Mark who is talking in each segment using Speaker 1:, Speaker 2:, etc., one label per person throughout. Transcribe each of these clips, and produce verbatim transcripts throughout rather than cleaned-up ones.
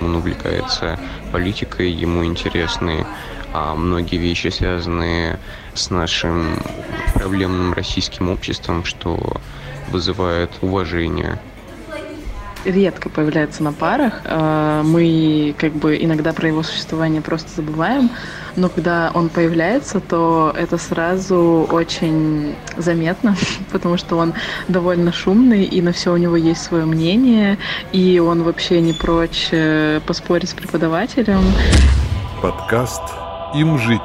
Speaker 1: он увлекается политикой, ему интересны а многие вещи, связанные с нашим проблемным российским обществом, что вызывает уважение.
Speaker 2: Редко появляется на парах. Мы как бы иногда про его существование просто забываем, но когда он появляется, то это сразу очень заметно, потому что он довольно шумный, и на все у него есть свое мнение, и он вообще не прочь поспорить с преподавателем.
Speaker 3: Подкаст «Им жить».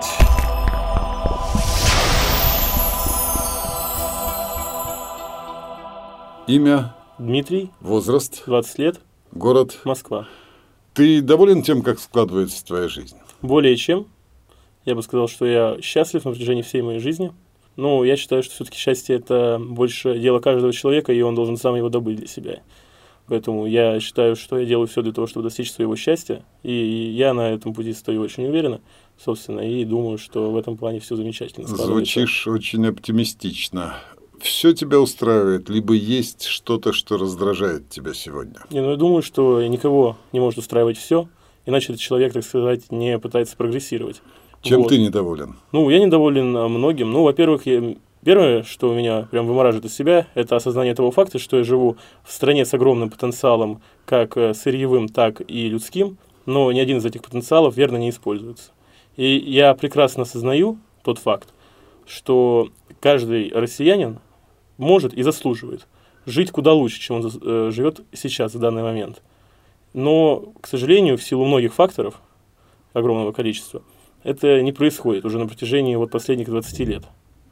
Speaker 3: Имя?
Speaker 4: Дмитрий.
Speaker 3: Возраст?
Speaker 4: двадцать лет.
Speaker 3: Город?
Speaker 4: Москва.
Speaker 3: Ты доволен тем, как складывается твоя жизнь?
Speaker 4: Более чем. Я бы сказал, что я счастлив на протяжении всей моей жизни. Но я считаю, что все-таки счастье – это больше дело каждого человека, и он должен сам его добыть для себя. Поэтому я считаю, что я делаю все для того, чтобы достичь своего счастья. И я на этом пути стою очень уверенно, собственно, и думаю, что в этом плане все замечательно складывается.
Speaker 3: Звучишь очень оптимистично. Все тебя устраивает, либо есть что-то, что раздражает тебя сегодня?
Speaker 4: Не, ну я думаю, что никого не может устраивать все, иначе этот человек, так сказать, не пытается прогрессировать.
Speaker 3: Чем
Speaker 4: вот.
Speaker 3: Ты недоволен?
Speaker 4: Ну, я недоволен многим. Ну, во-первых, я... первое, что меня прям вымораживает из себя, это осознание того факта, что я живу в стране с огромным потенциалом, как сырьевым, так и людским, но ни один из этих потенциалов верно не используется. И я прекрасно осознаю тот факт, что каждый россиянин может и заслуживает жить куда лучше, чем он э, живет сейчас, в данный момент. Но, к сожалению, в силу многих факторов, огромного количества, это не происходит уже на протяжении вот последних двадцати лет.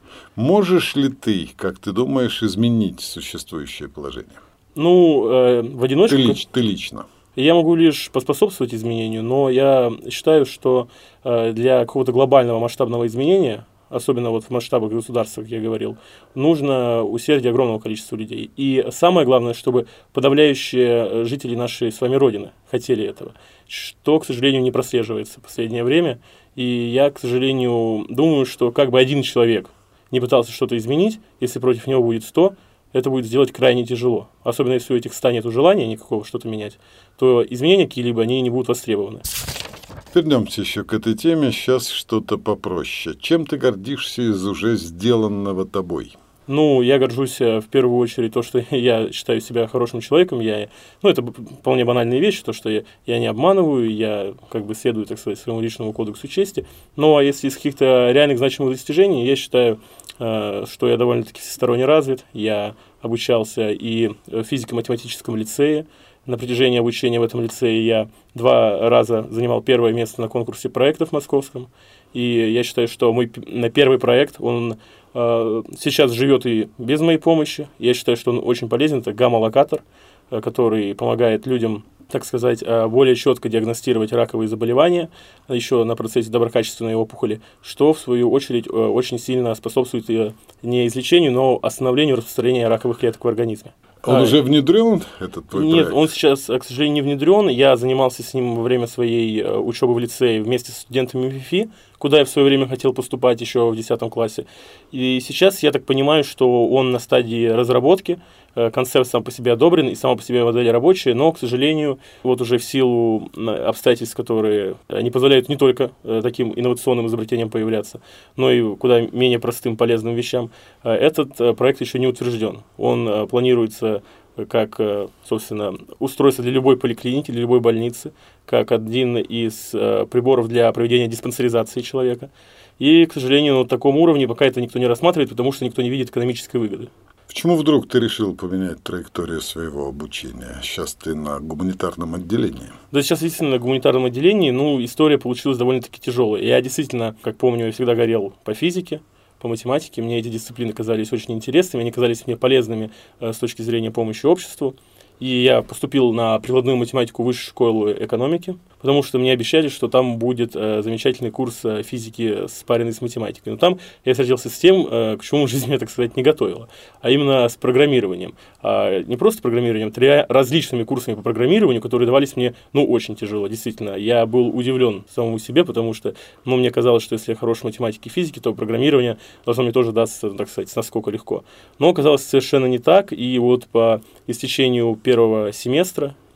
Speaker 3: Можешь ли ты, как ты думаешь, изменить существующее положение?
Speaker 4: Ну, э, в одиночку...
Speaker 3: Ты, лич, ты лично.
Speaker 4: Я могу лишь поспособствовать изменению, но я считаю, что э, для какого-то глобального масштабного изменения, особенно вот в масштабах государства, как я говорил, нужно усердие огромного количества людей. И самое главное, чтобы подавляющие жители нашей с вами Родины хотели этого, что, к сожалению, не прослеживается в последнее время. И я, к сожалению, думаю, что как бы один человек не пытался что-то изменить, если против него будет сто, это будет сделать крайне тяжело. Особенно если у этих ста нет желания никакого что-то менять, то изменения какие-либо, они не будут востребованы.
Speaker 3: Вернемся еще к этой теме. Сейчас что-то попроще. Чем ты гордишься из уже сделанного тобой?
Speaker 4: Ну, я горжусь в первую очередь то, что я считаю себя хорошим человеком. Я, ну, это вполне банальные вещи, то, что я, я не обманываю, я как бы следую, так сказать, своему личному кодексу чести. Ну, а если из каких-то реальных значимых достижений, я считаю, э, что я довольно-таки всесторонне развит. Я обучался и в физико-математическом лицее. На протяжении обучения в этом лицее я два раза занимал первое место на конкурсе проектов московском. И я считаю, что мой на первый проект, он э, сейчас живет и без моей помощи. Я считаю, что он очень полезен. Это гамма-локатор, э, который помогает людям, так сказать, э, более четко диагностировать раковые заболевания, еще на процессе доброкачественной опухоли, что, в свою очередь, э, очень сильно способствует э, не излечению, но остановлению распространения раковых клеток в организме.
Speaker 3: Он а, уже внедрен, этот твой
Speaker 4: Нет,
Speaker 3: проект?
Speaker 4: он сейчас, к сожалению, не внедрен. Я занимался с ним во время своей учебы в лицее вместе с студентами МИФИ, куда я в свое время хотел поступать еще в десятом классе. И сейчас я так понимаю, что он на стадии разработки, концепт сам по себе одобрен и сама по себе модель рабочая, но, к сожалению, вот уже в силу обстоятельств, которые не позволяют не только таким инновационным изобретениям появляться, но и куда менее простым полезным вещам, этот проект еще не утвержден. Он планируется как, собственно, устройство для любой поликлиники, для любой больницы, как один из приборов для проведения диспансеризации человека. И, к сожалению, на таком уровне пока это никто не рассматривает, потому что никто не видит экономической выгоды.
Speaker 3: Почему вдруг ты решил поменять траекторию своего обучения? Сейчас ты на гуманитарном отделении.
Speaker 4: Да, сейчас действительно на гуманитарном отделении, ну, история получилась довольно-таки тяжелая. Я действительно, как помню, я всегда горел по физике, по математике. Мне эти дисциплины казались очень интересными, они казались мне полезными э, с точки зрения помощи обществу. И я поступил на прикладную математику в высшую школу экономики, потому что мне обещали, что там будет э, замечательный курс э, физики, спаренный с математикой. Но там я встретился с тем, э, к чему жизнь меня, так сказать, не готовила, а именно с программированием. А не просто программированием, а различными курсами по программированию, которые давались мне, ну, очень тяжело, действительно. Я был удивлен самому себе, потому что, ну, мне казалось, что если я хорош в математике и физике, то программирование должно мне тоже даться, так сказать, насколько легко. Но оказалось совершенно не так, и вот по истечению первого семестра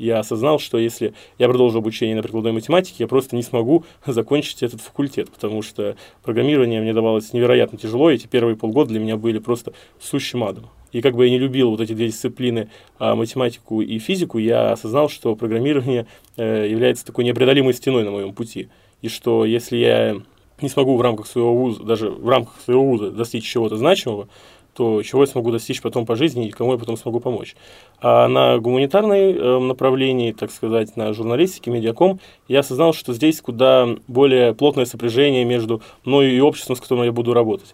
Speaker 4: Я осознал, что если я продолжу обучение на прикладной математике, я просто не смогу закончить этот факультет, потому что программирование мне давалось невероятно тяжело, и эти первые полгода для меня были просто сущим адом. И как бы я не любил вот эти две дисциплины, а, математику и физику, я осознал, что программирование э, является такой непреодолимой стеной на моем пути. И что если я не смогу в рамках своего вуза, даже в рамках своего вуза достичь чего-то значимого, то чего я смогу достичь потом по жизни и кому я потом смогу помочь. А на гуманитарной э, направлении, так сказать, на журналистике, медиаком, я осознал, что здесь куда более плотное сопряжение между мною и обществом, с которым я буду работать.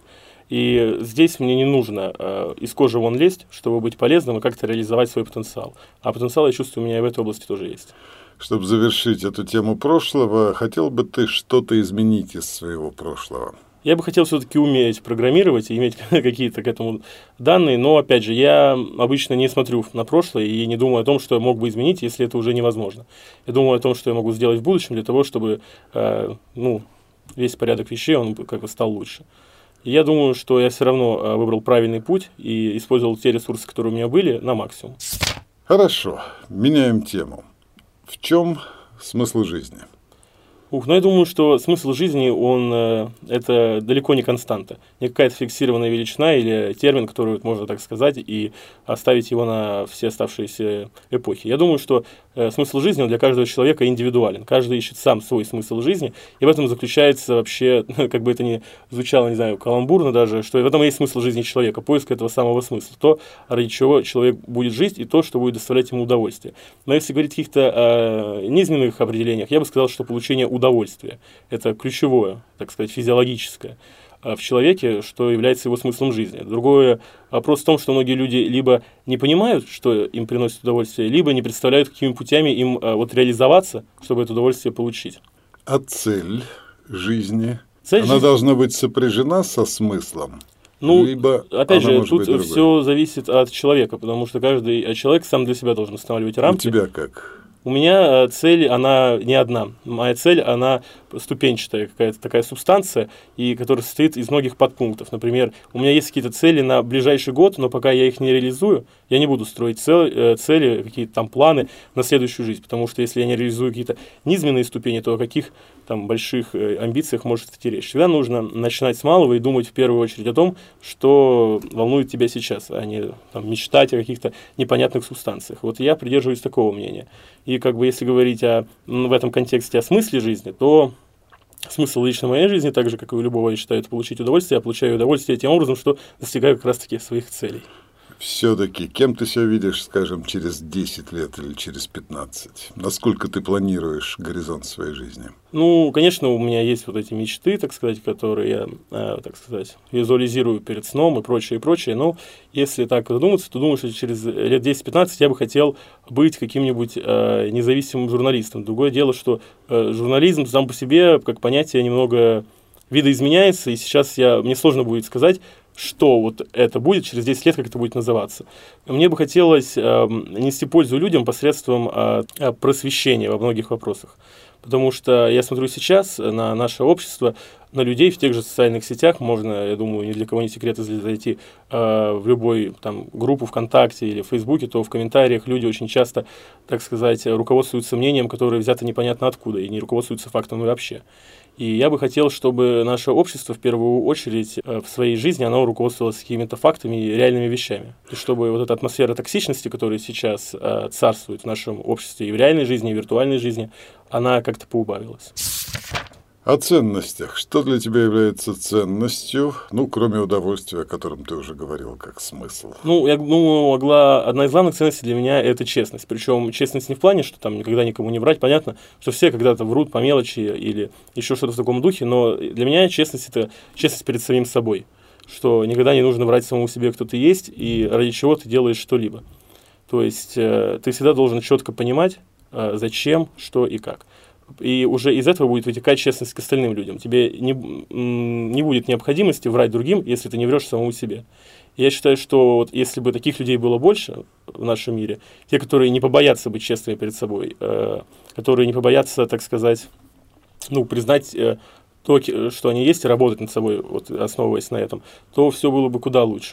Speaker 4: И здесь мне не нужно э, из кожи вон лезть, чтобы быть полезным и как-то реализовать свой потенциал. А потенциал, я чувствую, у меня и в этой области тоже есть.
Speaker 3: Чтобы завершить эту тему прошлого, хотел бы ты что-то изменить из своего прошлого?
Speaker 4: Я бы хотел все-таки уметь программировать и иметь какие-то к этому данные, но, опять же, я обычно не смотрю на прошлое и не думаю о том, что я мог бы изменить, если это уже невозможно. Я думаю о том, что я могу сделать в будущем для того, чтобы э, ну, весь порядок вещей он как бы стал лучше. И я думаю, что я все равно э, выбрал правильный путь и использовал те ресурсы, которые у меня были, на максимум.
Speaker 3: Хорошо, меняем тему. В чем смысл жизни?
Speaker 4: Ух, ну я думаю, что смысл жизни, он, э, это далеко не константа, не какая-то фиксированная величина или термин, который вот можно так сказать, и оставить его на все оставшиеся эпохи. Я думаю, что э, смысл жизни он для каждого человека индивидуален, каждый ищет сам свой смысл жизни, и в этом заключается вообще, как бы это ни звучало, не знаю, каламбурно даже, что в этом и есть смысл жизни человека, поиск этого самого смысла, то, ради чего человек будет жить, и то, что будет доставлять ему удовольствие. Но если говорить о каких-то э, низменных определениях, я бы сказал, что получение удовольствие. Это ключевое, так сказать, физиологическое в человеке, что является его смыслом жизни. Другой вопрос в том, что многие люди либо не понимают, что им приносит удовольствие, либо не представляют, какими путями им вот реализоваться, чтобы это удовольствие получить.
Speaker 3: А цель жизни?
Speaker 4: Цель
Speaker 3: Она
Speaker 4: жизни...
Speaker 3: должна быть сопряжена со смыслом?
Speaker 4: Ну,
Speaker 3: либо
Speaker 4: опять же, тут
Speaker 3: быть
Speaker 4: все зависит от человека, потому что каждый человек сам для себя должен устанавливать рамки.
Speaker 3: У тебя как?
Speaker 4: У меня цель, она не одна. Моя цель, она ступенчатая, какая-то такая субстанция, и которая состоит из многих подпунктов. Например, у меня есть какие-то цели на ближайший год, но пока я их не реализую, я не буду строить цели, цели какие-то там планы на следующую жизнь, потому что если я не реализую какие-то низменные ступени, то о каких там больших амбициях может идти речь. Всегда нужно начинать с малого и думать в первую очередь о том, что волнует тебя сейчас, а не там, мечтать о каких-то непонятных субстанциях. Вот я придерживаюсь такого мнения. И как бы если говорить о, в этом контексте о смысле жизни, то смысл лично моей жизни, так же, как и у любого, я считаю, это получить удовольствие. Я получаю удовольствие тем образом, что достигаю как раз-таки своих целей.
Speaker 3: Все-таки, кем ты себя видишь, скажем, через десять лет или через пятнадцать? Насколько ты планируешь горизонт своей жизни?
Speaker 4: Ну, конечно, у меня есть вот эти мечты, так сказать, которые я, э, так сказать, визуализирую перед сном и прочее, и прочее. Но если так задуматься, то думаю, что через лет десять-пятнадцать я бы хотел быть каким-нибудь э, независимым журналистом. Другое дело, что э, журнализм сам по себе, как понятие, немного видоизменяется, и сейчас я, мне сложно будет сказать, что вот это будет через десять лет, как это будет называться. Мне бы хотелось э, нести пользу людям посредством э, просвещения во многих вопросах. Потому что я смотрю сейчас на наше общество, на людей в тех же социальных сетях. Можно, я думаю, ни для кого не секрет, если зайти э, в любую там, группу ВКонтакте или в Фейсбуке, то в комментариях люди очень часто, так сказать, руководствуются мнением, которое взято непонятно откуда, и не руководствуются фактами вообще. И я бы хотел, чтобы наше общество, в первую очередь, в своей жизни, оно руководствовалось какими-то фактами и реальными вещами. И чтобы вот эта атмосфера токсичности, которая сейчас э, царствует в нашем обществе и в реальной жизни, и в виртуальной жизни, она как-то поубавилась.
Speaker 3: О ценностях. Что для тебя является ценностью, ну, кроме удовольствия, о котором ты уже говорил, как смысл?
Speaker 4: Ну, я думаю, могла... одна из главных ценностей для меня – это честность. Причем честность не в плане, что там никогда никому не врать. Понятно, что все когда-то врут по мелочи или еще что-то в таком духе, но для меня честность – это честность перед самим собой. Что никогда не нужно врать самому себе, кто ты есть, и ради чего ты делаешь что-либо. То есть э, ты всегда должен четко понимать, э, зачем, что и как. И уже из этого будет вытекать честность к остальным людям. Тебе не, не будет необходимости врать другим, если ты не врешь самому себе. И я считаю, что вот если бы таких людей было больше в нашем мире, те, которые не побоятся быть честными перед собой, э, которые не побоятся, так сказать, ну, признать э, то, что они есть, и работать над собой, вот, основываясь на этом, то все было бы куда лучше.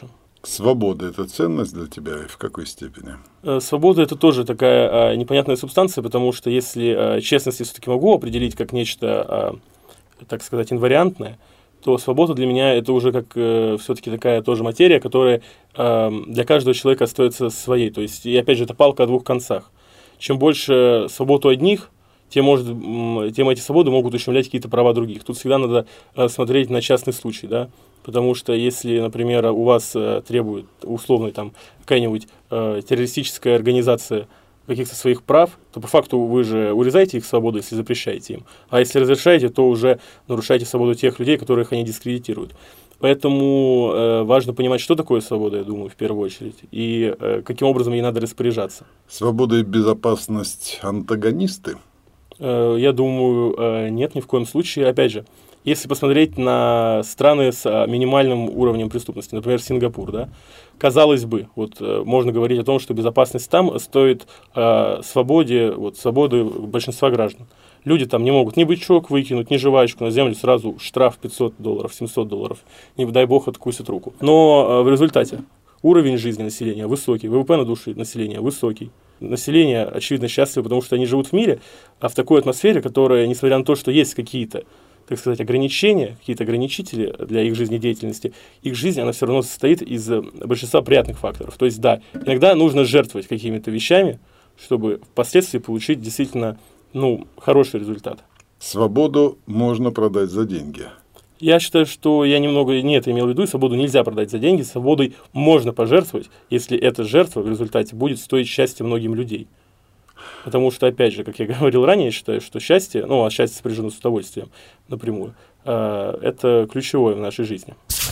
Speaker 3: Свобода – это ценность для тебя и в какой степени?
Speaker 4: Свобода – это тоже такая а, непонятная субстанция, потому что если а, честность я все-таки могу определить как нечто, а, так сказать, инвариантное, то свобода для меня это уже как э, все-таки такая тоже материя, которая э, для каждого человека остается своей. То есть, и опять же, это палка о двух концах. Чем больше свобод у одних, тем, может, тем эти свободы могут ущемлять какие-то права других. Тут всегда надо э, смотреть на частный случай, да, потому что если, например, у вас э, требует условно там какая-нибудь э, террористическая организация каких-то своих прав, то по факту вы же урезаете их свободу, если запрещаете им. А если разрешаете, то уже нарушаете свободу тех людей, которых они дискредитируют. Поэтому э, важно понимать, что такое свобода, я думаю, в первую очередь, и э, каким образом ей надо распоряжаться.
Speaker 3: Свобода и безопасность антагонисты?
Speaker 4: Э, я думаю, э, нет, ни в коем случае. Опять же, если посмотреть на страны с а, минимальным уровнем преступности, например, Сингапур, да, казалось бы, вот э, можно говорить о том, что безопасность там стоит э, свободе, вот, свободы большинства граждан. Люди там не могут ни бычок выкинуть, ни жвачку на землю, сразу штраф пятьсот долларов, семьсот долларов, не дай бог откусит руку. Но э, в результате уровень жизни населения высокий, ВВП на душу населения высокий. Население, очевидно, счастливо, потому что они живут в мире, а в такой атмосфере, которая, несмотря на то, что есть какие-то, так сказать, ограничения, какие-то ограничители для их жизнедеятельности, их жизнь, она все равно состоит из большинства приятных факторов. То есть, да, иногда нужно жертвовать какими-то вещами, чтобы впоследствии получить действительно, ну, хороший результат.
Speaker 3: Свободу можно продать за деньги.
Speaker 4: Я считаю, что я немного не это имел в виду, свободу нельзя продать за деньги, свободой можно пожертвовать, если эта жертва в результате будет стоить счастья многим людей. Потому что, опять же, как я говорил ранее, я считаю, что счастье, ну, а счастье сопряжено с удовольствием напрямую, э, это ключевое в нашей жизни.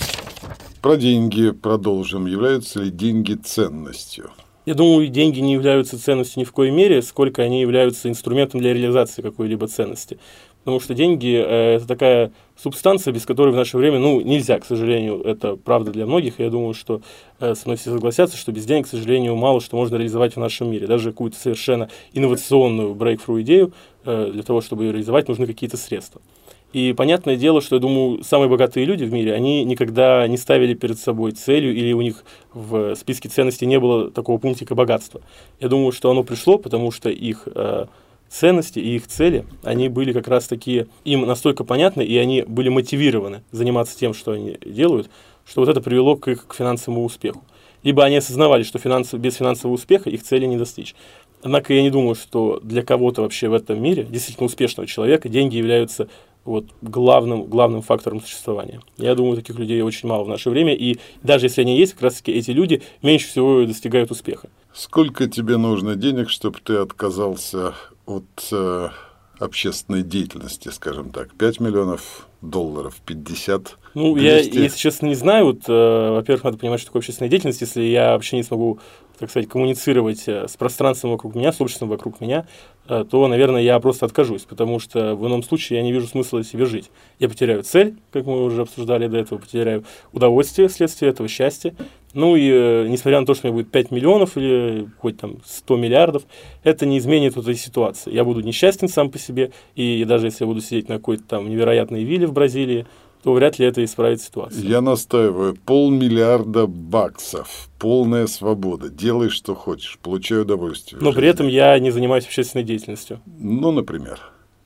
Speaker 3: Про деньги продолжим. Являются ли деньги ценностью?
Speaker 4: Я думаю, деньги не являются ценностью ни в коей мере, сколько они являются инструментом для реализации какой-либо ценности. Потому что деньги э, – это такая субстанция, без которой в наше время, ну, нельзя, к сожалению, это правда для многих. Я думаю, что э, со мной все согласятся, что без денег, к сожалению, мало что можно реализовать в нашем мире. Даже какую-то совершенно инновационную breakthrough идею, э, для того, чтобы ее реализовать, нужны какие-то средства. И понятное дело, что, я думаю, самые богатые люди в мире, они никогда не ставили перед собой целью, или у них в списке ценностей не было такого пунктика богатства. Я думаю, что оно пришло, потому что их э, ценности и их цели, они были как раз такие, им настолько понятны, и они были мотивированы заниматься тем, что они делают, что вот это привело к их к финансовому успеху. Либо они осознавали, что финансов, без финансового успеха их цели не достичь. Однако я не думаю, что для кого-то вообще в этом мире, действительно успешного человека, деньги являются вот главным, главным фактором существования. Я думаю, таких людей очень мало в наше время, и даже если они есть, как раз-таки эти люди меньше всего достигают успеха.
Speaker 3: Сколько тебе нужно денег, чтобы ты отказался от э, общественной деятельности, скажем так? пять миллионов долларов, пятьдесят?
Speaker 4: Ну, двести? Я, если честно, не знаю. Вот, э, во-первых, надо понимать, что такое общественная деятельность. Если я вообще не смогу, так сказать, коммуницировать с пространством вокруг меня, с обществом вокруг меня, э, то, наверное, я просто откажусь, потому что в ином случае я не вижу смысла себе жить. Я потеряю цель, как мы уже обсуждали до этого, потеряю удовольствие вследствие этого, счастье. Ну и э, несмотря на то, что у меня будет пять миллионов или хоть там сто миллиардов, это не изменит вот этой ситуации. Я буду несчастен сам по себе, и даже если я буду сидеть на какой-то там невероятной вилле в Бразилии, то вряд ли это исправит ситуацию.
Speaker 3: Я настаиваю, полмиллиарда баксов, полная свобода, делай, что хочешь, получай удовольствие.
Speaker 4: Но при этом я не занимаюсь общественной деятельностью.
Speaker 3: Ну, например.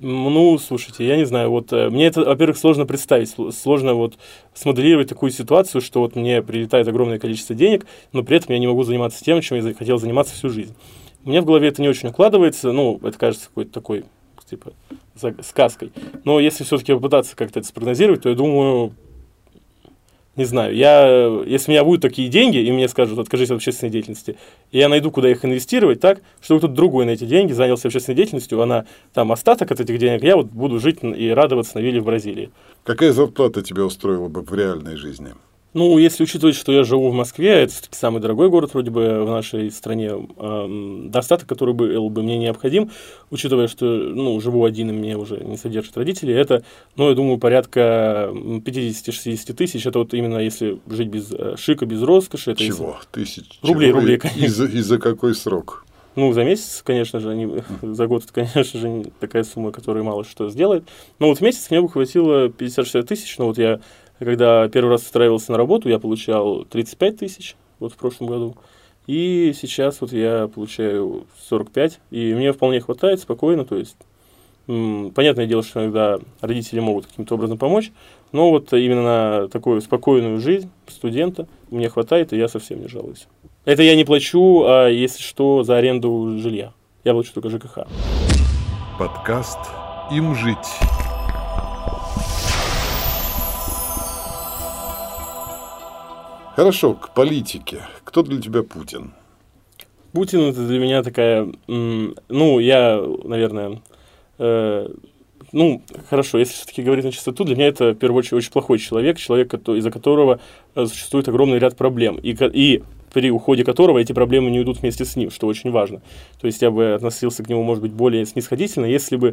Speaker 4: Ну, слушайте, я не знаю, вот мне это, во-первых, сложно представить, сложно вот смоделировать такую ситуацию, что вот мне прилетает огромное количество денег, но при этом я не могу заниматься тем, чем я хотел заниматься всю жизнь. У меня в голове это не очень укладывается, ну, это кажется какой-то такой, типа, сказкой. Но если все-таки попытаться как-то это спрогнозировать, то я думаю, не знаю, я, если у меня будут такие деньги, и мне скажут, откажись от общественной деятельности, и я найду, куда их инвестировать так, чтобы кто-то другой на эти деньги занялся общественной деятельностью, а на там остаток от этих денег я вот буду жить и радоваться на вилле в Бразилии.
Speaker 3: Какая зарплата тебя устроила бы в реальной жизни?
Speaker 4: Ну, если учитывать, что я живу в Москве, это все-таки самый дорогой город вроде бы в нашей стране, э, достаток, который был бы мне необходим, учитывая, что, ну, живу один и мне уже не содержат родители, это, ну, я думаю, порядка пятьдесят-шестьдесят тысяч, это вот именно если жить без шика, без роскоши. Это
Speaker 3: Чего? Тысяч?
Speaker 4: Рублей,
Speaker 3: Чего?
Speaker 4: рублей, конечно.
Speaker 3: И за, и за какой срок?
Speaker 4: Ну, за месяц, конечно же, они, за год, это, конечно же, такая сумма, которая мало что сделает. Но вот в месяц мне бы хватило пятьдесят-шестьдесят тысяч, но вот я Когда первый раз устраивался на работу, я получал тридцать пять тысяч вот в прошлом году. И сейчас вот я получаю сорок пять, и мне вполне хватает спокойно, то есть м- понятное дело, что иногда родители могут каким-то образом помочь, но вот именно на такую спокойную жизнь студента мне хватает, и я совсем не жалуюсь. Это я не плачу, а если что, за аренду жилья. Я плачу только ЖКХ.
Speaker 3: Подкаст «Им жить». Хорошо, к политике. Кто для тебя Путин?
Speaker 4: Путин — это для меня такая, ну, я, наверное, э, ну, хорошо, если все-таки говорить на чистоту, для меня это, в первую очередь, очень плохой человек, человек, из-за которого существует огромный ряд проблем, и, и при уходе которого эти проблемы не уйдут вместе с ним, что очень важно. То есть я бы относился к нему, может быть, более снисходительно, если бы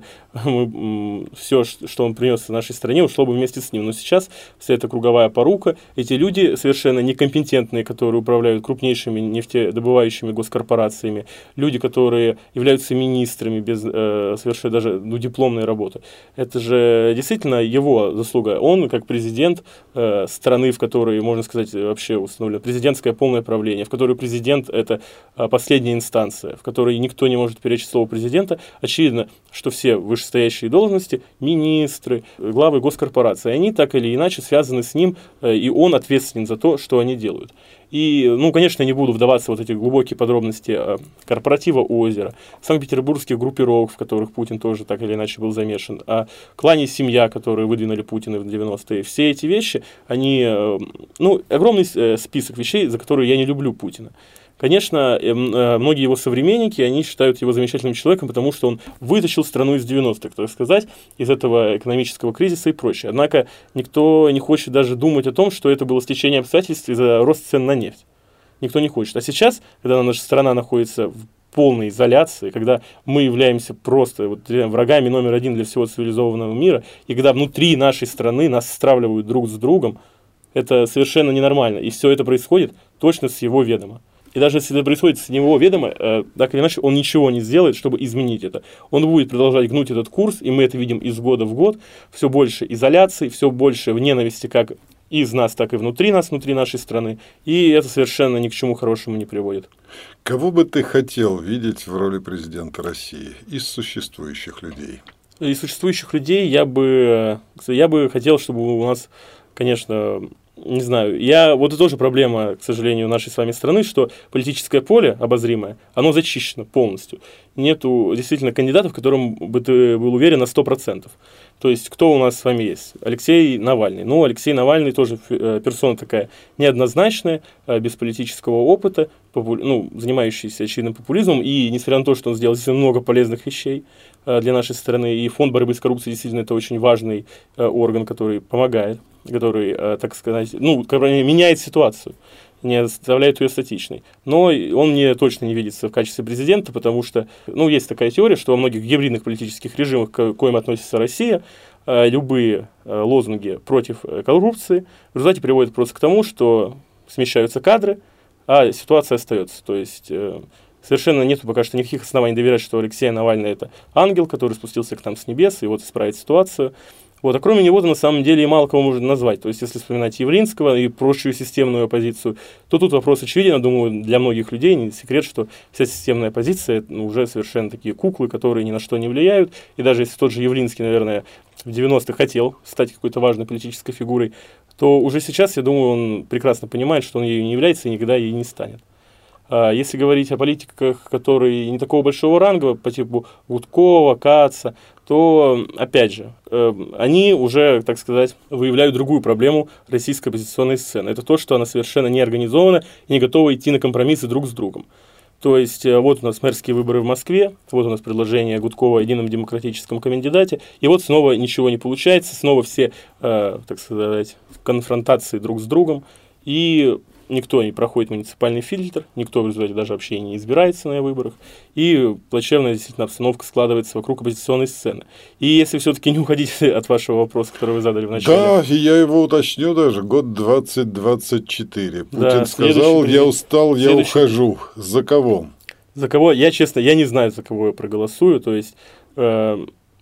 Speaker 4: мы, все, что он принес в нашей стране, ушло бы вместе с ним. Но сейчас вся эта круговая порука, эти люди совершенно некомпетентные, которые управляют крупнейшими нефтедобывающими госкорпорациями, люди, которые являются министрами без э, совершенно даже ну, дипломной работы. Это же действительно его заслуга. Он, как президент э, страны, в которой, можно сказать, вообще установлено президентское полное правление, в которой президент – это а, последняя инстанция, в которой никто не может перечить слово президента. Очевидно, что все вышестоящие должности, министры, главы госкорпораций, они так или иначе связаны с ним, и он ответственен за то, что они делают. И, ну, конечно, я не буду вдаваться в вот эти глубокие подробности корпоратива «Озеро», санкт-петербургских группировок, в которых Путин тоже так или иначе был замешан, а клане «Семья», которые выдвинули Путина в девяностые. Все эти вещи, они, ну, огромный список вещей, за которые я не люблю Путина. Конечно, многие его современники, они считают его замечательным человеком, потому что он вытащил страну из девяностых, так сказать, из этого экономического кризиса и прочее. Однако никто не хочет даже думать о том, что это было стечение обстоятельств из-за роста цен на нефть. Никто не хочет. А сейчас, когда наша страна находится в полной изоляции, когда мы являемся просто вот врагами номер один для всего цивилизованного мира, и когда внутри нашей страны нас стравливают друг с другом, это совершенно ненормально. И все это происходит точно с его ведома. И даже если это происходит с него ведомо, э, так или иначе, он ничего не сделает, чтобы изменить это. Он будет продолжать гнуть этот курс, и мы это видим из года в год. Все больше изоляции, все больше ненависти как из нас, так и внутри нас, внутри нашей страны. И это совершенно ни к чему хорошему не приводит.
Speaker 3: Кого бы ты хотел видеть в роли президента России из существующих людей?
Speaker 4: Из существующих людей я бы, я бы хотел, чтобы у нас, конечно... Не знаю, я, вот это тоже проблема, к сожалению, нашей с вами страны, что политическое поле обозримое, оно зачищено полностью. Нету действительно кандидатов, в котором бы ты был уверен на сто процентов. То есть, кто у нас с вами есть? Алексей Навальный. Ну, Алексей Навальный тоже персона такая неоднозначная, без политического опыта, попу- ну, занимающийся очевидным популизмом, и несмотря на то, что он сделал действительно много полезных вещей для нашей страны, и фонд борьбы с коррупцией действительно это очень важный орган, который помогает, который, так сказать, ну, который меняет ситуацию, не оставляет ее статичной. Но он мне точно не видится в качестве президента, потому что, ну, есть такая теория, что во многих гибридных политических режимах, к коим относится Россия, любые лозунги против коррупции в результате приводят просто к тому, что смещаются кадры, а ситуация остается. То есть совершенно нет пока что никаких оснований доверять, что Алексей Навальный – это ангел, который спустился к нам с небес и вот исправит ситуацию. Вот, а кроме него, на самом деле, и мало кого можно назвать. То есть, если вспоминать Явлинского и прочую системную оппозицию, то тут вопрос очевиден. Я думаю, для многих людей не секрет, что вся системная оппозиция ну, уже совершенно такие куклы, которые ни на что не влияют. И даже если тот же Явлинский, наверное, в девяностых хотел стать какой-то важной политической фигурой, то уже сейчас, я думаю, он прекрасно понимает, что он ею не является и никогда ей не станет. Если говорить о политиках, которые не такого большого ранга, по типу Гудкова, Каца, то, опять же, они уже, так сказать, выявляют другую проблему российской оппозиционной сцены. Это то, что она совершенно не организована и не готова идти на компромиссы друг с другом. То есть, вот у нас мэрские выборы в Москве, вот у нас предложение Гудкова о едином демократическом кандидате, и вот снова ничего не получается, снова все, так сказать, в конфронтации друг с другом, и никто не проходит муниципальный фильтр, никто в результате даже вообще не избирается на выборах, и плачевная действительно обстановка складывается вокруг оппозиционной сцены. И если все-таки не уходить от вашего вопроса, который вы задали в начале.
Speaker 3: Да, и я его уточню даже, год двадцать двадцать четыре. Путин
Speaker 4: да,
Speaker 3: сказал, я устал, я ухожу. За кого?
Speaker 4: За кого? Я, честно, я не знаю, за кого я проголосую, то есть... Э,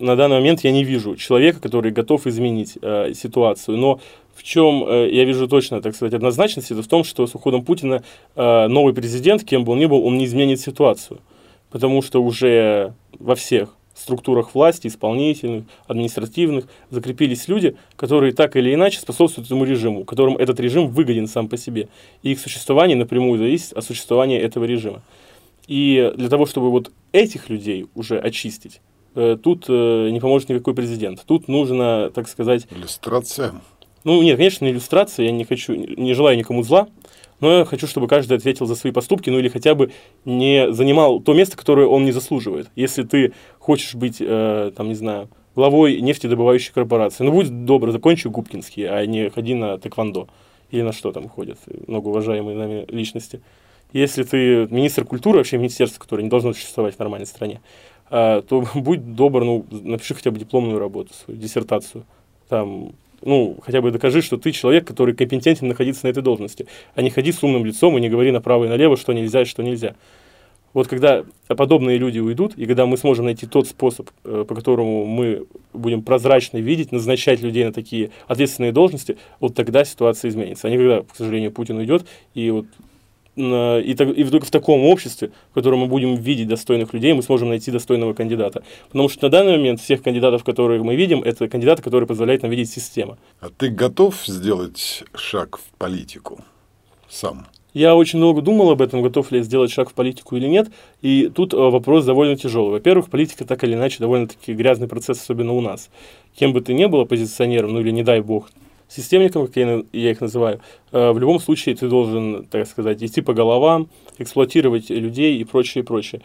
Speaker 4: на данный момент я не вижу человека, который готов изменить э, ситуацию. Но в чем э, я вижу точно, так сказать, однозначность, это в том, что с уходом Путина э, новый президент, кем бы он ни был, он не изменит ситуацию. Потому что уже во всех структурах власти, исполнительных, административных, закрепились люди, которые так или иначе способствуют этому режиму, которым этот режим выгоден сам по себе. И их существование напрямую зависит от существования этого режима. И для того, чтобы вот этих людей уже очистить, э, тут э, не поможет никакой президент. Тут нужно, так сказать...
Speaker 3: Иллюстрация.
Speaker 4: Ну, нет, конечно, не иллюстрация, я не хочу, не желаю никому зла, но я хочу, чтобы каждый ответил за свои поступки, ну или хотя бы не занимал то место, которое он не заслуживает. Если ты хочешь быть, э, там, не знаю, главой нефтедобывающей корпорации, ну, будь добр, закончи Губкинский, а не ходи на тэквондо. Или на что там ходят многоуважаемые нами личности. Если ты министр культуры, вообще министерство, которое не должно существовать в нормальной стране, э, то будь добр, ну, напиши хотя бы дипломную работу, свою диссертацию. Там, ну, хотя бы докажи, что ты человек, который компетентен находиться на этой должности, а не ходи с умным лицом и не говори направо и налево, что нельзя и что нельзя. Вот когда подобные люди уйдут, и когда мы сможем найти тот способ, по которому мы будем прозрачно видеть, назначать людей на такие ответственные должности, вот тогда ситуация изменится. А не когда, к сожалению, Путин уйдет, и вот И, так, и только в таком обществе, в котором мы будем видеть достойных людей, мы сможем найти достойного кандидата. Потому что на данный момент всех кандидатов, которых мы видим, это кандидаты, которые позволяют нам видеть систему.
Speaker 3: А ты готов сделать шаг в политику сам?
Speaker 4: Я очень долго думал об этом, готов ли я сделать шаг в политику или нет. И тут вопрос довольно тяжелый. Во-первых, политика так или иначе довольно-таки грязный процесс, особенно у нас. Кем бы ты ни был оппозиционером, ну или не дай бог, системником, как я, я их называю, в любом случае ты должен, так сказать, идти по головам, эксплуатировать людей и прочее, и прочее.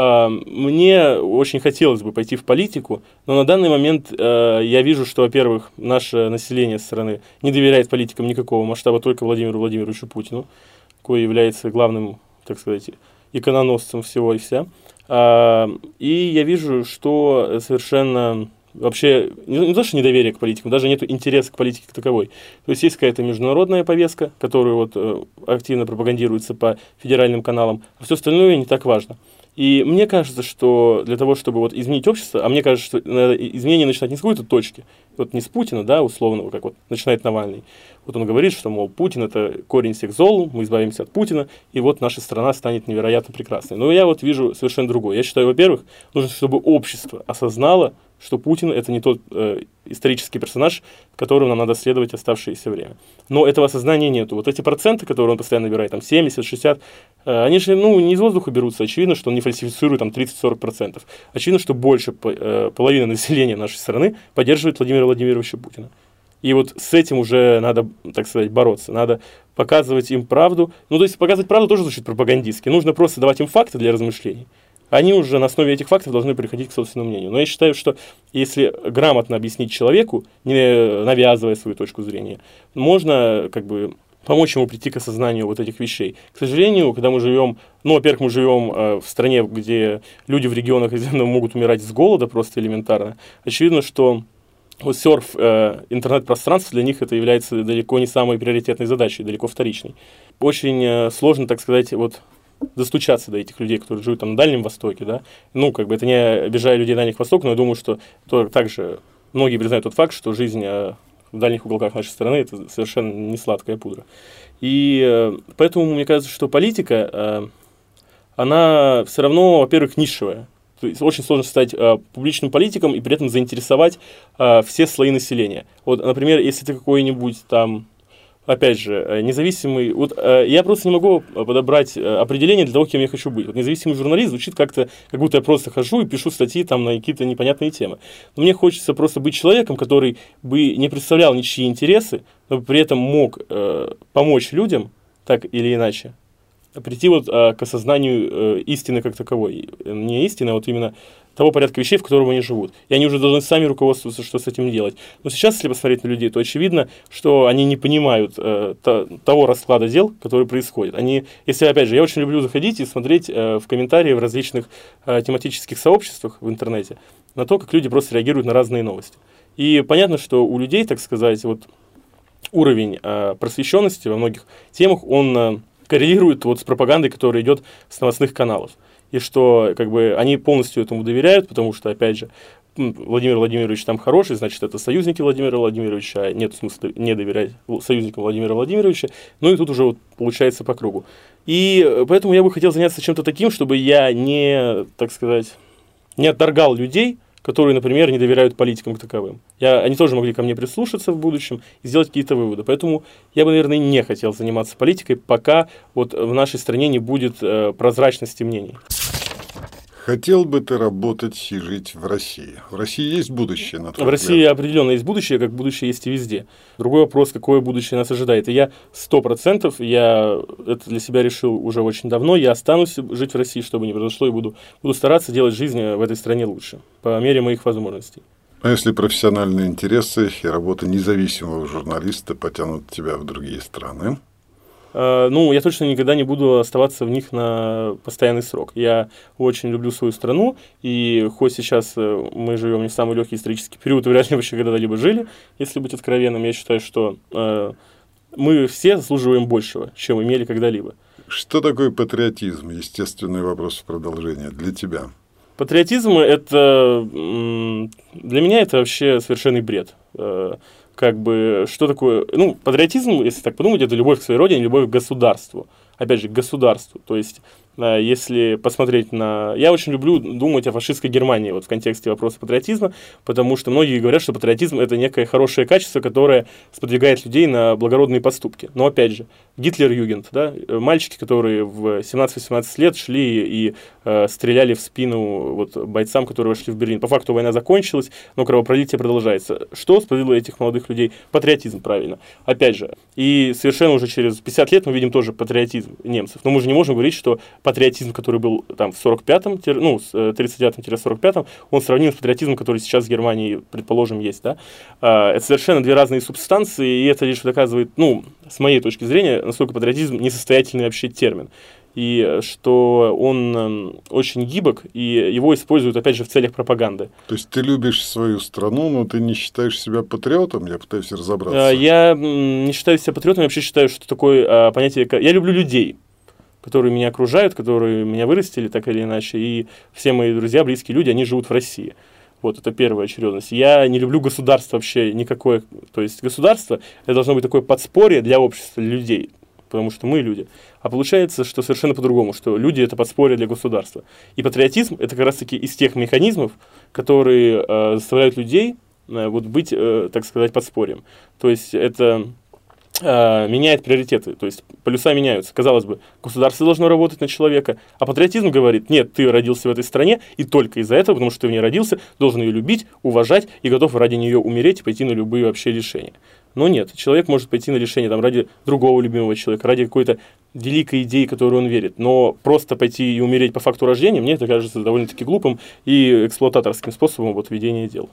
Speaker 4: Мне очень хотелось бы пойти в политику, но на данный момент я вижу, что, во-первых, наше население страны не доверяет политикам никакого масштаба, только Владимиру Владимировичу Путину, который является главным, так сказать, икононосцем всего и вся. И я вижу, что совершенно... Вообще, не, не то, что недоверие к политикам, даже нет интереса к политике как таковой. То есть есть какая-то международная повестка, которая вот, э, активно пропагандируется по федеральным каналам, а все остальное не так важно. И мне кажется, что для того, чтобы вот изменить общество, а мне кажется, что надо изменение начинать не с какой-то точки, вот не с Путина, да, условного, как вот начинает Навальный. Вот он говорит, что, мол, Путин – это корень всех зол, мы избавимся от Путина, и вот наша страна станет невероятно прекрасной. Но я вот вижу совершенно другое. Я считаю, во-первых, нужно, чтобы общество осознало, что Путин – это не тот э, исторический персонаж, которому нам надо следовать оставшееся время. Но этого осознания нету. Вот эти проценты, которые он постоянно набирает, там семьдесят, шестьдесят, э, они же ну, не из воздуха берутся. Очевидно, что он не фальсифицирует там тридцать-сорок процентов. Очевидно, что больше э, половины населения нашей страны поддерживает Владимира Владимировича Путина. И вот с этим уже надо, так сказать, бороться. Надо показывать им правду. Ну, то есть показывать правду тоже звучит пропагандистски. Нужно просто давать им факты для размышлений. Они уже на основе этих фактов должны приходить к собственному мнению. Но я считаю, что если грамотно объяснить человеку, не навязывая свою точку зрения, можно как бы помочь ему прийти к осознанию вот этих вещей. К сожалению, когда мы живем, ну, во-первых, мы живем э, в стране, где люди в регионах могут умирать с голода просто элементарно, очевидно, что вот серф, э, интернет-пространство для них это является далеко не самой приоритетной задачей, далеко вторичной. Очень э, сложно, так сказать, вот достучаться до этих людей, которые живут там на Дальнем Востоке, да, ну, как бы это не обижая людей Дальнего Востока, но я думаю, что то, также многие признают тот факт, что жизнь э, в дальних уголках нашей страны – это совершенно не сладкая пудра. И э, поэтому мне кажется, что политика, э, она все равно, во-первых, нишевая. То есть очень сложно стать э, публичным политиком и при этом заинтересовать э, все слои населения. Вот, например, если ты какой-нибудь там, опять же, независимый... Вот э, я просто не могу подобрать определение для того, кем я хочу быть. Вот независимый журналист звучит как-то, как будто я просто хожу и пишу статьи там на какие-то непонятные темы. Но мне хочется просто быть человеком, который бы не представлял ничьи интересы, но при этом мог э, помочь людям, так или иначе, прийти вот а, к осознанию э, истины как таковой. Не истины, а вот именно того порядка вещей, в котором они живут. И они уже должны сами руководствоваться, что с этим делать. Но сейчас, если посмотреть на людей, то очевидно, что они не понимают э, то, того расклада дел, который происходит. Они, если, опять же, я очень люблю заходить и смотреть э, в комментарии в различных э, тематических сообществах в интернете на то, как люди просто реагируют на разные новости. И понятно, что у людей, так сказать, вот уровень э, просвещенности во многих темах, он... Э, коррелирует вот с пропагандой, которая идет с новостных каналов. И что как бы, они полностью этому доверяют, потому что, опять же, Владимир Владимирович там хороший, значит, это союзники Владимира Владимировича, а нет смысла не доверять союзникам Владимира Владимировича. Ну и тут уже вот получается по кругу. И поэтому я бы хотел заняться чем-то таким, чтобы я не, так сказать, не отторгал людей, которые, например, не доверяют политикам как таковым. Я, они тоже могли ко мне прислушаться в будущем и сделать какие-то выводы. Поэтому я бы, наверное, не хотел заниматься политикой, пока вот в нашей стране не будет э, прозрачности мнений.
Speaker 3: Хотел бы ты работать и жить в России? В России есть будущее, на твой
Speaker 4: В России
Speaker 3: взгляд?
Speaker 4: определенно есть будущее, как будущее есть и везде. Другой вопрос, какое будущее нас ожидает. И я сто процентов, я это для себя решил уже очень давно, я останусь жить в России, что бы ни произошло, и буду, буду стараться делать жизнь в этой стране лучше, по мере моих возможностей.
Speaker 3: А если профессиональные интересы и работа независимого журналиста потянут тебя в другие страны?
Speaker 4: Ну, я точно никогда не буду оставаться в них на постоянный срок. Я очень люблю свою страну, и хоть сейчас мы живем не в самый легкий исторический период, и вряд ли вообще когда-либо жили, если быть откровенным, я считаю, что э, мы все заслуживаем большего, чем имели когда-либо.
Speaker 3: Что такое патриотизм? Естественный вопрос в продолжение для тебя.
Speaker 4: Патриотизм – это для меня это вообще совершенный бред. Как бы, что такое, ну, патриотизм, если так подумать, это любовь к своей родине, любовь к государству. Опять же, к государству. То есть, если посмотреть на... Я очень люблю думать о фашистской Германии вот в контексте вопроса патриотизма, потому что многие говорят, что патриотизм – это некое хорошее качество, которое сподвигает людей на благородные поступки. Но, опять же, Гитлер-Югент, да, мальчики, которые в семнадцать-восемнадцать лет шли и э, стреляли в спину вот, бойцам, которые вошли в Берлин. По факту война закончилась, но кровопролитие продолжается. Что сподвигло этих молодых людей? Патриотизм, правильно. Опять же, и совершенно уже через пятьдесят лет мы видим тоже патриотизм немцев. Но мы же не можем говорить, что патриотизм, который был там в сорок пятом, ну, с тридцать девятом — сорок пятом, он сравним с патриотизмом, который сейчас в Германии, предположим, есть, да. Это совершенно две разные субстанции, и это лишь доказывает, ну, с моей точки зрения, насколько патриотизм несостоятельный вообще термин. И что он очень гибок, и его используют, опять же, в целях пропаганды.
Speaker 3: То есть ты любишь свою страну, но ты не считаешь себя патриотом? Я пытаюсь разобраться.
Speaker 4: Я не считаю себя патриотом, я вообще считаю, что такое понятие... Я люблю людей, которые меня окружают, которые меня вырастили так или иначе, и все мои друзья, близкие люди, они живут в России. Вот, это первая очередность. Я не люблю государство вообще никакое. То есть государство – это должно быть такое подспорье для общества, для людей, потому что мы люди. А получается, что совершенно по-другому, что люди – это подспорье для государства. И патриотизм – это как раз-таки из тех механизмов, которые э, заставляют людей э, вот, быть, э, так сказать, подспорьем. То есть это... меняет приоритеты, то есть полюса меняются. Казалось бы, государство должно работать на человека, а патриотизм говорит, нет, ты родился в этой стране, и только из-за этого, потому что ты в ней родился, должен ее любить, уважать и готов ради нее умереть и пойти на любые вообще решения. Но нет, человек может пойти на решение там, ради другого любимого человека, ради какой-то великой идеи, в которую он верит. Но просто пойти и умереть по факту рождения, мне это кажется довольно-таки глупым и эксплуататорским способом вот, ведения дел.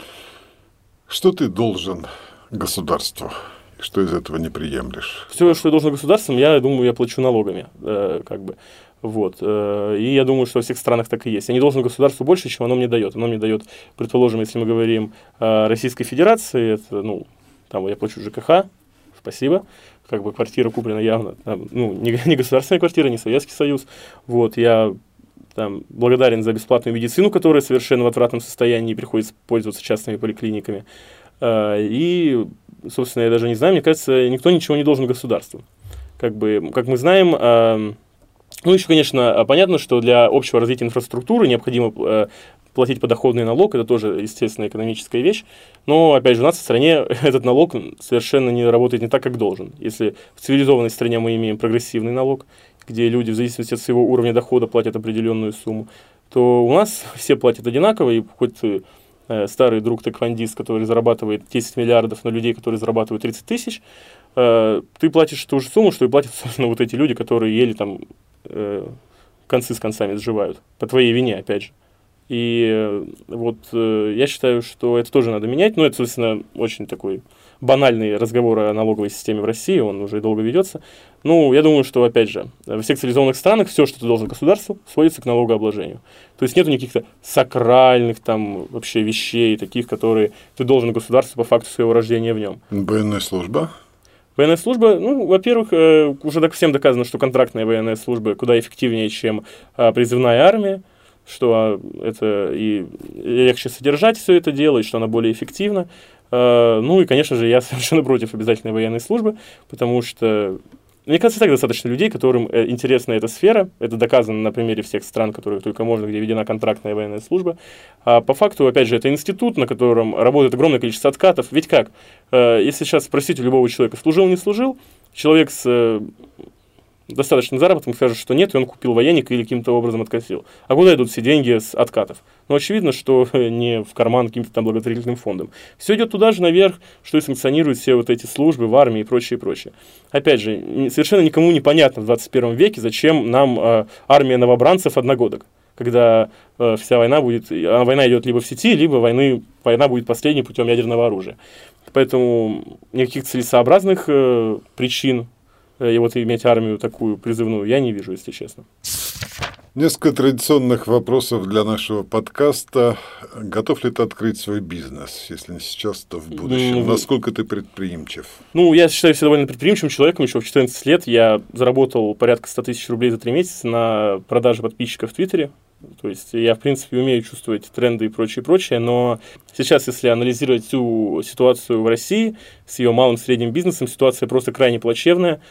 Speaker 3: Что ты должен государству? Что из этого не приемлешь?
Speaker 4: Все, что я должен государством, я думаю, я плачу налогами, э, как бы, вот, э, и я думаю, что во всех странах так и есть. Я не должен государству больше, чем оно мне дает. Оно мне дает, предположим, если мы говорим о Российской Федерации, это, ну, там я плачу ЖКХ, спасибо, как бы квартира куплена явно, там, ну, не, не государственная квартира, не Советский Союз, вот, я там благодарен за бесплатную медицину, которая совершенно в отвратном состоянии, приходится пользоваться частными поликлиниками, э, и... Собственно, я даже не знаю, мне кажется, никто ничего не должен государству. Как бы, как мы знаем, э, ну, еще, конечно, понятно, что для общего развития инфраструктуры необходимо э, платить подоходный налог, это тоже, естественно, экономическая вещь, но, опять же, у нас в стране этот налог совершенно не работает не так, как должен. Если в цивилизованной стране мы имеем прогрессивный налог, где люди в зависимости от своего уровня дохода платят определенную сумму, то у нас все платят одинаково, и хоть старый друг тэквондист, который зарабатывает десять миллиардов на людей, которые зарабатывают тридцать тысяч, э, ты платишь ту же сумму, что и платят, собственно, вот эти люди, которые еле там э, концы с концами сживают. По твоей вине, опять же. И э, вот э, я считаю, что это тоже надо менять. Ну, это, собственно, очень такой банальный разговор о налоговой системе в России, он уже долго ведется. Ну, я думаю, что, опять же, во всех цивилизованных странах все, что ты должен государству, сводится к налогообложению. То есть нету никаких-то сакральных там вообще вещей, таких, которые ты должен государству по факту своего рождения в нем.
Speaker 3: Военная служба?
Speaker 4: Военная служба, ну, во-первых, уже всем доказано, что контрактная военная служба куда эффективнее, чем призывная армия. что это и легче содержать все это дело, и что оно более эффективно. Ну и, конечно же, я совершенно против обязательной военной службы, потому что, мне кажется, так достаточно людей, которым интересна эта сфера. Это доказано на примере всех стран, которые только можно, где введена контрактная военная служба. А по факту, опять же, это институт, на котором работает огромное количество откатов. Ведь как? Если сейчас спросить у любого человека, служил, не служил, человек с достаточным заработком скажет, что нет, и он купил военник или каким-то образом откосил. А куда идут все деньги с откатов? Ну, очевидно, что не в карман каким-то там благотворительным фондом. Все идет туда же наверх, что и санкционирует все вот эти службы в армии и прочее, и прочее. Опять же, совершенно никому не понятно в двадцать первом веке, зачем нам э, армия новобранцев-одногодок, когда э, вся война будет, а война идет либо в сети, либо войны, война будет последней путем ядерного оружия. Поэтому никаких целесообразных э, причин и вот иметь армию такую призывную я не вижу, если честно.
Speaker 3: Несколько традиционных вопросов для нашего подкаста. Готов ли ты открыть свой бизнес, если не сейчас, то в будущем? Mm-hmm. Насколько ты предприимчив?
Speaker 4: Ну, я считаю себя довольно предприимчивым человеком. Еще в четырнадцать лет я заработал порядка сто тысяч рублей за три месяца на продаже подписчиков в Твиттере. То есть я, в принципе, умею чувствовать тренды и прочее, прочее, но сейчас, если анализировать всю ситуацию в России с ее малым и средним бизнесом, ситуация просто крайне плачевная.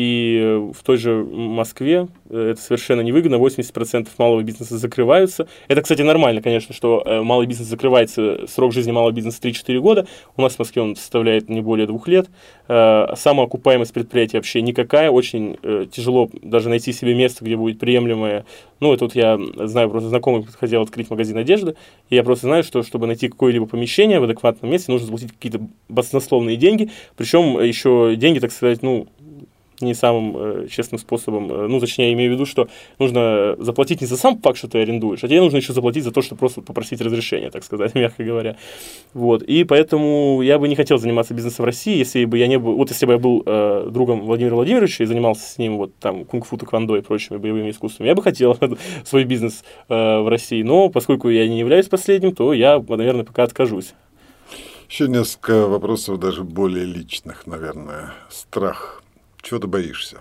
Speaker 4: И в той же Москве это совершенно невыгодно, восемьдесят процентов малого бизнеса закрываются. Это, кстати, нормально, конечно, что малый бизнес закрывается, срок жизни малого бизнеса три-четыре года. У нас в Москве он составляет не более двух лет. Самоокупаемость предприятия вообще никакая. Очень тяжело даже найти себе место, где будет приемлемое. Ну, это вот я знаю, просто знакомый хотел открыть магазин одежды, и я просто знаю, что чтобы найти какое-либо помещение в адекватном месте, нужно заплатить какие-то баснословные деньги, причем еще деньги, так сказать, ну, не самым э, честным способом. Ну, точнее, я имею в виду, что нужно заплатить не за сам факт, что ты арендуешь, а тебе нужно еще заплатить за то, что просто попросить разрешения, так сказать, мягко говоря. Вот. И поэтому я бы не хотел заниматься бизнесом в России, если бы я не был... Вот если бы я был э, другом Владимира Владимировича и занимался с ним вот там кунг-фу, тэквондо и прочими боевыми искусствами, я бы хотел свой бизнес э, в России. Но поскольку я не являюсь последним, то я, наверное, пока откажусь.
Speaker 3: Еще несколько вопросов, даже более личных, наверное. Страх. Чего ты боишься?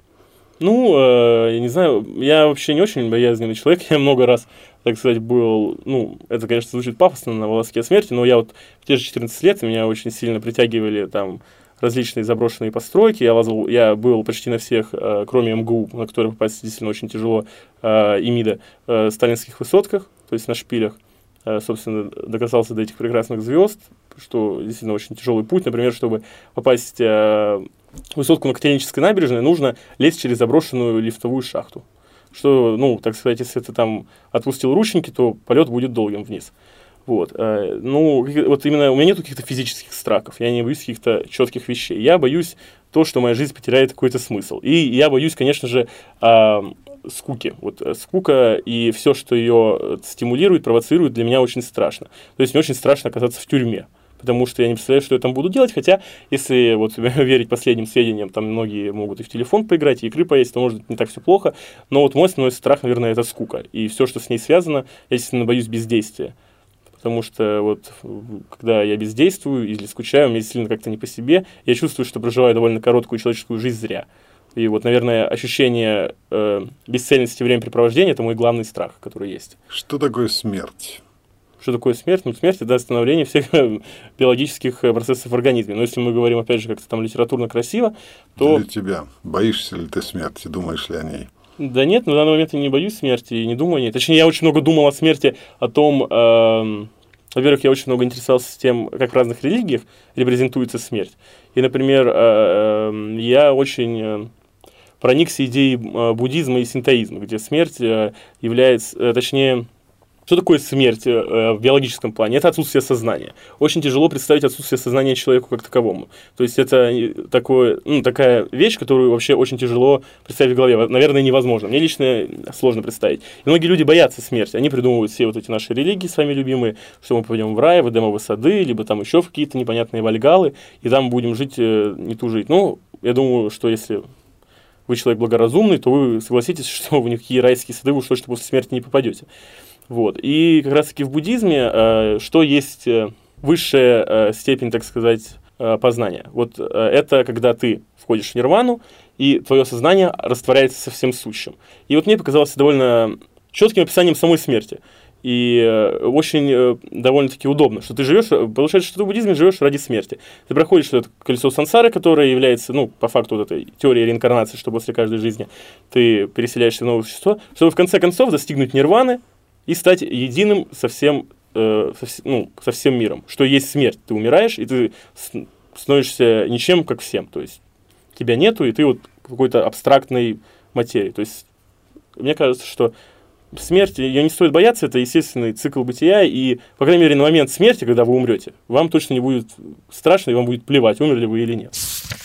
Speaker 4: Ну, э, я не знаю, я вообще не очень боязненный человек, я много раз, так сказать, был, ну, это, конечно, звучит пафосно, на волоске смерти, но я вот в те же четырнадцать лет, меня очень сильно притягивали там различные заброшенные постройки, я лазал, я был почти на всех, э, кроме эм гэ у, на которые попасть действительно очень тяжело, э, и МИДа, э, сталинских высотках, то есть на шпилях, э, собственно, докасался до этих прекрасных звезд, что действительно очень тяжелый путь, например, чтобы попасть... Э, высотку на Котельнической набережной, нужно лезть через заброшенную лифтовую шахту. Что, ну, так сказать, если ты там отпустил ручники, то полет будет долгим вниз. Вот. Ну, вот именно у меня нет каких-то физических страхов, я не боюсь каких-то четких вещей. Я боюсь то, что моя жизнь потеряет какой-то смысл. И я боюсь, конечно же, скуки. Вот скука и все, что ее стимулирует, провоцирует, для меня очень страшно. То есть мне очень страшно оказаться в тюрьме. Потому что я не представляю, что я там буду делать, хотя, если вот верить последним сведениям, там многие могут и в телефон поиграть, и игры поесть, то, может, не так все плохо, но вот мой основной страх, наверное, это скука, и все, что с ней связано, я, естественно, боюсь бездействия, потому что вот, когда я бездействую или скучаю, мне действительно как-то не по себе, я чувствую, что проживаю довольно короткую человеческую жизнь зря, и вот, наверное, ощущение э, бесцельности времяпрепровождения – это мой главный страх, который есть.
Speaker 3: Что такое смерть?
Speaker 4: Что такое смерть? Ну, смерть – это остановление всех биологических процессов в организме. Но если мы говорим, опять же, как-то там литературно красиво, то…
Speaker 3: Для тебя. Боишься ли ты смерти? Думаешь ли о ней?
Speaker 4: Да нет, на данный момент я не боюсь смерти и не думаю о ней. Точнее, я очень много думал о смерти, о том… Э, во-первых, я очень много интересовался тем, как в разных религиях репрезентуется смерть. И, например, э, э, я очень… проникся идеей буддизма и синтоизма, где смерть является… Э, точнее… Что такое смерть э, в биологическом плане? Это отсутствие сознания. Очень тяжело представить отсутствие сознания человеку как таковому. То есть это такое, ну, такая вещь, которую вообще очень тяжело представить в голове. Наверное, невозможно. Мне лично сложно представить. И многие люди боятся смерти. Они придумывают все вот эти наши религии, с вами любимые, что мы пойдем в рай, в Эдемовы сады, либо там еще в какие-то непонятные вальгаллы, и там будем жить, э, не тужить. Ну, я думаю, что если вы человек благоразумный, то вы согласитесь, что в никакие райские сады вы уж точно после смерти не попадете. Вот. И как раз-таки в буддизме, э, что есть высшая э, степень, так сказать, э, познания. Вот э, это когда ты входишь в нирвану, и твое сознание растворяется со всем сущим. И вот мне показалось довольно четким описанием самой смерти. И э, очень э, довольно-таки удобно, что ты живешь, получается, что ты в буддизме живешь ради смерти. Ты проходишь это колесо сансары, которое является, ну, по факту вот этой теории реинкарнации, что после каждой жизни ты переселяешься в новое существо, чтобы в конце концов достигнуть нирваны и стать единым со всем, э, со, вс- ну, со всем миром. Что есть смерть, ты умираешь, и ты становишься ничем, как всем. То есть тебя нету, и ты вот в какой-то абстрактной материи. То есть мне кажется, что смерть, ее не стоит бояться, это естественный цикл бытия, и, по крайней мере, на момент смерти, когда вы умрете, вам точно не будет страшно, и вам будет плевать, умерли вы или нет.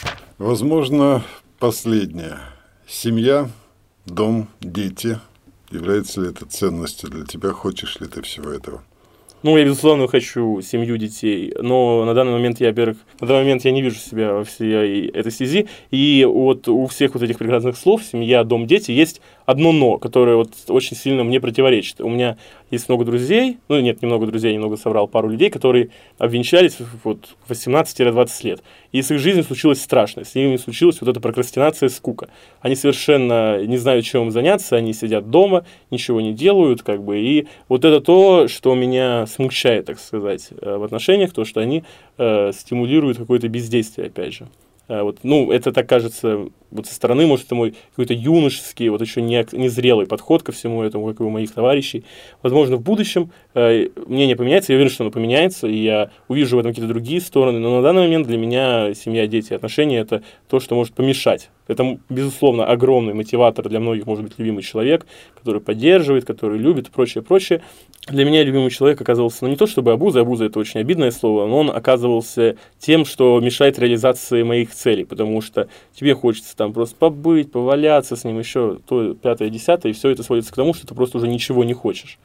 Speaker 3: Возможно, последнее. Семья, дом, дети. Является ли это ценностью для тебя? Хочешь ли ты всего этого?
Speaker 4: Ну, я, безусловно, хочу семью, детей, но на данный момент я, во-первых, на данный момент я не вижу себя во всей этой связи, и вот у всех вот этих прекрасных слов «семья», «дом», «дети» есть одно «но», которое вот очень сильно мне противоречит. У меня есть много друзей, ну, нет, немного друзей, немного соврал, пару людей, которые обвенчались вот в восемнадцать-двадцать лет, и с их жизнью случилось страшное, с ними случилась вот эта прокрастинация, скука. Они совершенно не знают, чем заняться, они сидят дома, ничего не делают, как бы, и вот это то, что меня смущает, так сказать, в отношениях, то, что они э, стимулируют какое-то бездействие, опять же. Э, вот, ну, это так кажется, вот со стороны, может, это мой какой-то юношеский, вот еще не, незрелый подход ко всему этому, как и у моих товарищей. Возможно, в будущем э, мнение поменяется, я уверен, что оно поменяется, и я увижу в этом какие-то другие стороны, но на данный момент для меня семья, дети, отношения – это то, что может помешать. Это, безусловно, огромный мотиватор для многих, может быть, любимый человек, который поддерживает, который любит и прочее, прочее. Для меня любимый человек оказывался, ну, не то чтобы обузой, обуза – это очень обидное слово, но он оказывался тем, что мешает реализации моих целей, потому что тебе хочется там просто побыть, поваляться с ним, еще то, пятое, десятое, и все это сводится к тому, что ты просто уже ничего не хочешь.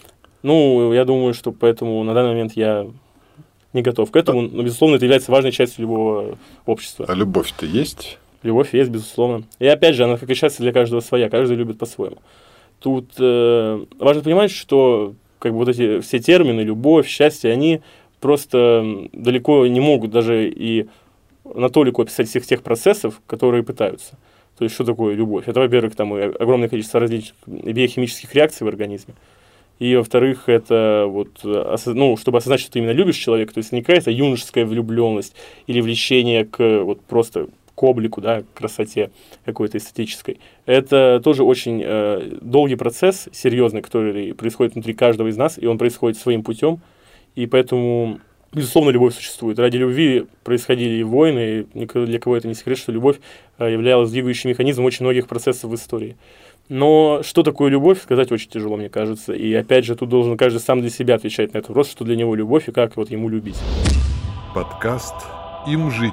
Speaker 4: Ну, я думаю, что поэтому на данный момент я не готов к этому, но, безусловно, это является важной частью любого общества.
Speaker 3: А любовь-то есть?
Speaker 4: Любовь есть, безусловно. И опять же, она, как и счастье, для каждого своя, каждый любит по-своему. Тут э, важно понимать, что как бы вот эти все термины, любовь, счастье, они просто далеко не могут даже и на толику описать всех тех процессов, которые пытаются. То есть, что такое любовь? Это, во-первых, там и огромное количество различных биохимических реакций в организме. И, во-вторых, это вот, ну, чтобы осознать, что ты именно любишь человека, то есть не какая-то юношеская влюбленность или влечение к вот просто к облику, да, к красоте какой-то эстетической. Это тоже очень э, долгий процесс, серьезный, который происходит внутри каждого из нас, и он происходит своим путем, и поэтому, безусловно, любовь существует. Ради любви происходили и войны, и для кого это не секрет, что любовь э, являлась двигающим механизмом очень многих процессов в истории. Но что такое любовь, сказать очень тяжело, мне кажется. И опять же, тут должен каждый сам для себя отвечать на этот вопрос, что для него любовь и как вот ему любить.
Speaker 3: Подкаст «Им жить».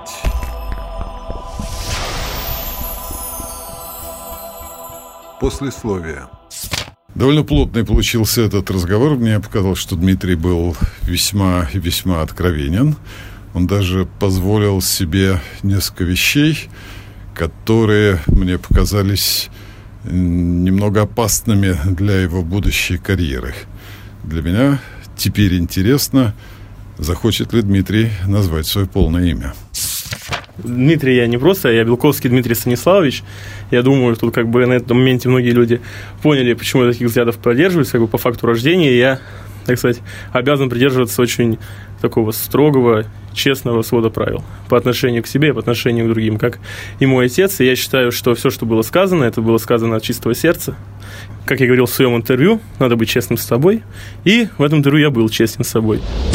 Speaker 3: Послесловие. Довольно плотный получился этот разговор. Мне показалось, что Дмитрий был весьма и весьма откровенен. Он даже позволил себе несколько вещей, которые мне показались немного опасными для его будущей карьеры. Для меня теперь интересно, захочет ли Дмитрий назвать свое полное имя.
Speaker 4: Дмитрий я не просто, я Белковский Дмитрий Станиславович. Я думаю, тут как бы на этом моменте многие люди поняли, почему я таких взглядов поддерживаюсь, как бы по факту рождения. Я, так сказать, обязан придерживаться очень такого строгого, честного свода правил по отношению к себе и по отношению к другим, как и мой отец. И я считаю, что все, что было сказано, это было сказано от чистого сердца. Как я говорил в своем интервью, надо быть честным с собой. И в этом интервью я был честен с собой.